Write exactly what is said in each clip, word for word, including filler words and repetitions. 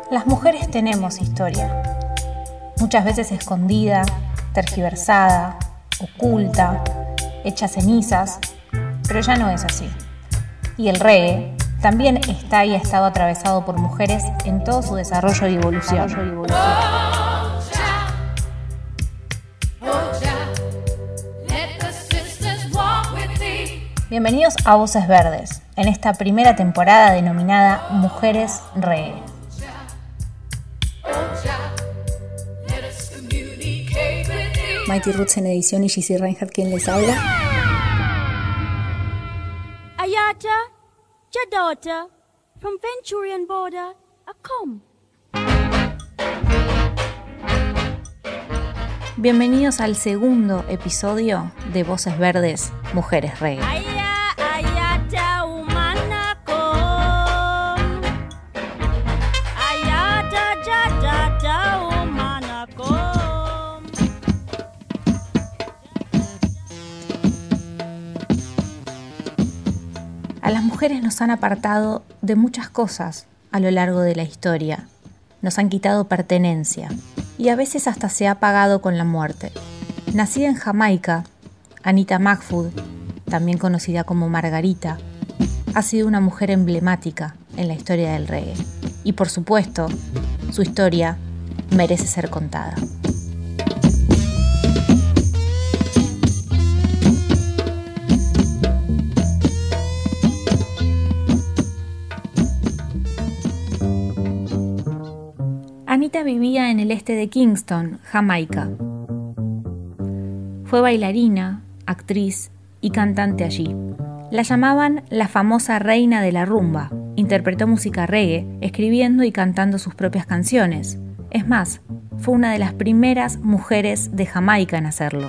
Las mujeres tenemos historia, muchas veces escondida, tergiversada, oculta, hecha cenizas, pero ya no es así. Y el reggae también está y ha estado atravesado por mujeres en todo su desarrollo y evolución. Bienvenidos a Voces Verdes, en esta primera temporada denominada Mujeres Reggae. Mighty Roots en edición y Gisy Reinhardt quien les habla. Ayata, your daughter, from Venturian border, a come. Bienvenidos al segundo episodio de Voces Verdes, Mujeres Reggae. Aya, ayata, humana come. Ayata, yata, humana come. A las mujeres nos han apartado de muchas cosas a lo largo de la historia. Nos han quitado pertenencia y a veces hasta se ha apagado con la muerte. Nacida en Jamaica, Anita Mahfoud, también conocida como Margarita, ha sido una mujer emblemática en la historia del reggae. Y por supuesto, su historia merece ser contada. Anita vivía en el este de Kingston, Jamaica. Fue bailarina, actriz y cantante allí. La llamaban la famosa reina de la rumba. Interpretó música reggae, escribiendo y cantando sus propias canciones. Es más, fue una de las primeras mujeres de Jamaica en hacerlo.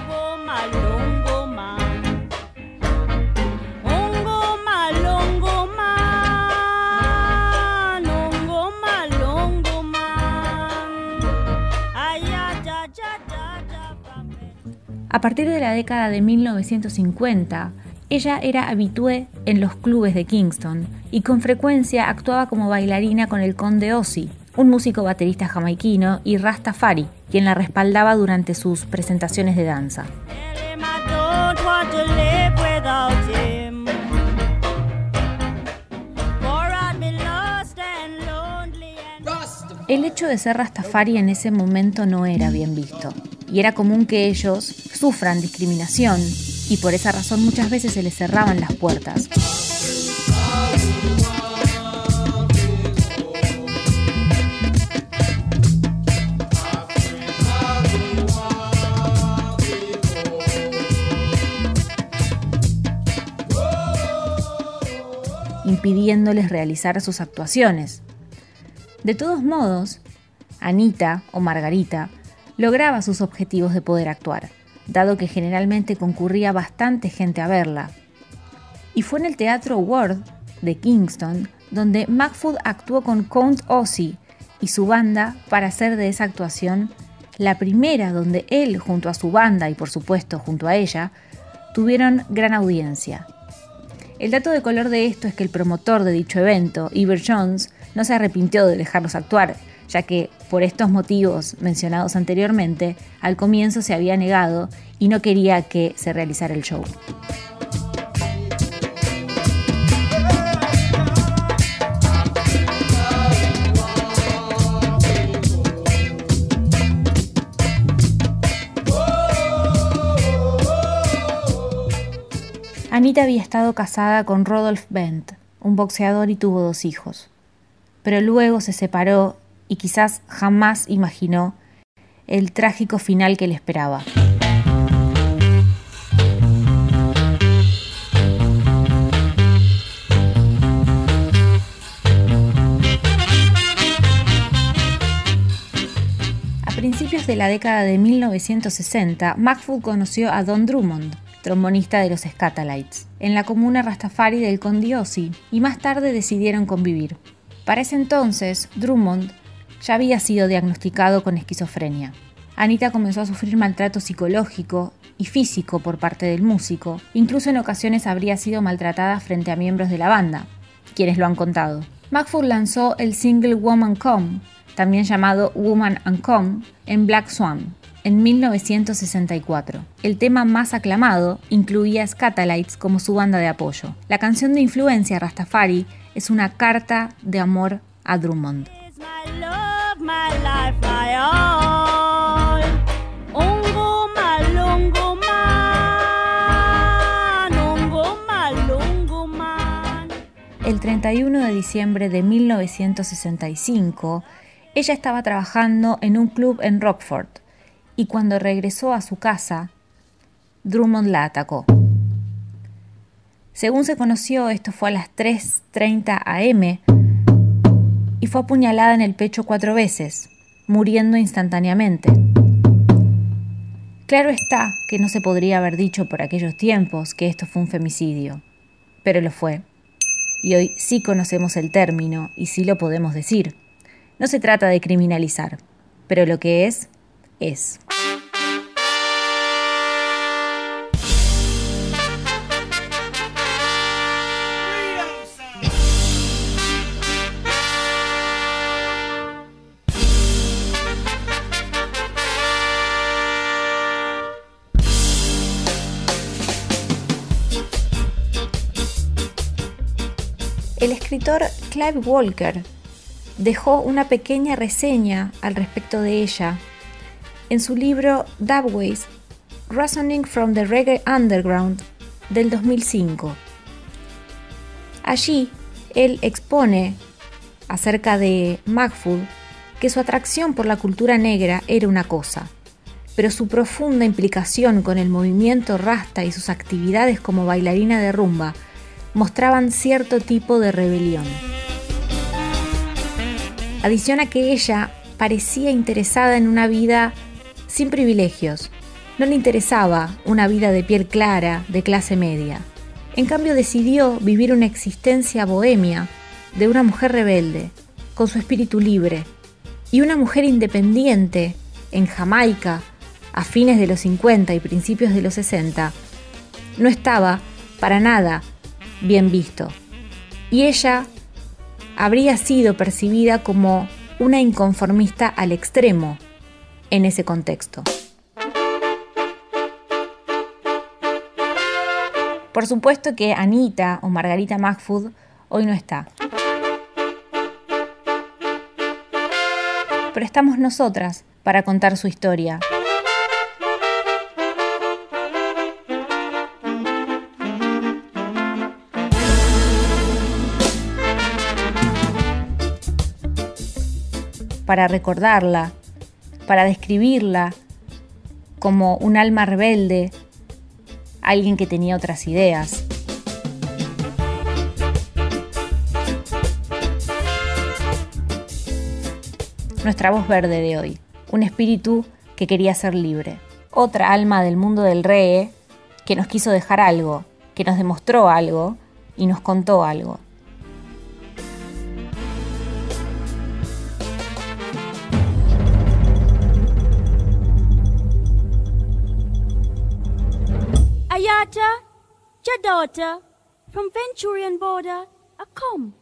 A partir de la década de mil novecientos cincuenta, ella era habitué en los clubes de Kingston y con frecuencia actuaba como bailarina con el conde Ozzy, un músico baterista jamaiquino, y Rastafari, quien la respaldaba durante sus presentaciones de danza. El hecho de ser Rastafari en ese momento no era bien visto, y era común que ellos sufran discriminación, y por esa razón muchas veces se les cerraban las puertas. Impidiéndoles realizar sus actuaciones. De todos modos, Anita o Margarita lograba sus objetivos de poder actuar, dado que generalmente concurría bastante gente a verla. Y fue en el Teatro World de Kingston donde Mahfoud actuó con Count Ozzy y su banda para hacer de esa actuación la primera donde él, junto a su banda y por supuesto junto a ella, tuvieron gran audiencia. El dato de color de esto es que el promotor de dicho evento, Iver Jones, no se arrepintió de dejarlos actuar, ya que, por estos motivos mencionados anteriormente, al comienzo se había negado y no quería que se realizara el show. Anita había estado casada con Rodolph Bent, un boxeador, y tuvo dos hijos. Pero luego se separó y quizás jamás imaginó el trágico final que le esperaba. A principios de la década de mil novecientos sesenta, Mahfoud conoció a Don Drummond, trombonista de los Skatalites, en la comuna Rastafari del conde Ozzy, y más tarde decidieron convivir. Para ese entonces, Drummond ya había sido diagnosticado con esquizofrenia. Anita comenzó a sufrir maltrato psicológico y físico por parte del músico. Incluso en ocasiones habría sido maltratada frente a miembros de la banda, quienes lo han contado. Macfool lanzó el single Woman Come, también llamado Woman and Come, en Black Swan, en mil novecientos sesenta y cuatro. El tema más aclamado incluía a Skatalites como su banda de apoyo. La canción de influencia Rastafari es una carta de amor a Drummond. My love, my life, my all. Ungo malungo man, ungo malungo man. El treinta y uno de diciembre de mil novecientos sesenta y cinco, ella estaba trabajando en un club en Rockford y cuando regresó a su casa, Drummond la atacó. Según se conoció, esto fue a las tres treinta a eme y fue apuñalada en el pecho cuatro veces, muriendo instantáneamente. Claro está que no se podría haber dicho por aquellos tiempos que esto fue un femicidio, pero lo fue. Y hoy sí conocemos el término y sí lo podemos decir. No se trata de criminalizar, pero lo que es, es. El escritor Clive Walker dejó una pequeña reseña al respecto de ella en su libro Dubways, Reasoning from the Reggae Underground del dos mil cinco. Allí él expone acerca de Macfool que su atracción por la cultura negra era una cosa, pero su profunda implicación con el movimiento Rasta y sus actividades como bailarina de rumba mostraban cierto tipo de rebelión. Adiciona que ella parecía interesada en una vida sin privilegios. No le interesaba una vida de piel clara, de clase media. En cambio decidió vivir una existencia bohemia de una mujer rebelde, con su espíritu libre, y una mujer independiente en Jamaica a fines de los cincuenta y principios de los sesenta, no estaba para nada bien visto, y ella habría sido percibida como una inconformista al extremo en ese contexto. Por supuesto que Anita o Margarita Macfool hoy no está, pero estamos nosotras para contar su historia. Para recordarla, para describirla como un alma rebelde, alguien que tenía otras ideas. Nuestra voz verde de hoy, un espíritu que quería ser libre, otra alma del mundo del reggae que nos quiso dejar algo, que nos demostró algo y nos contó algo. Ayata, your daughter, from Venturian border, a come.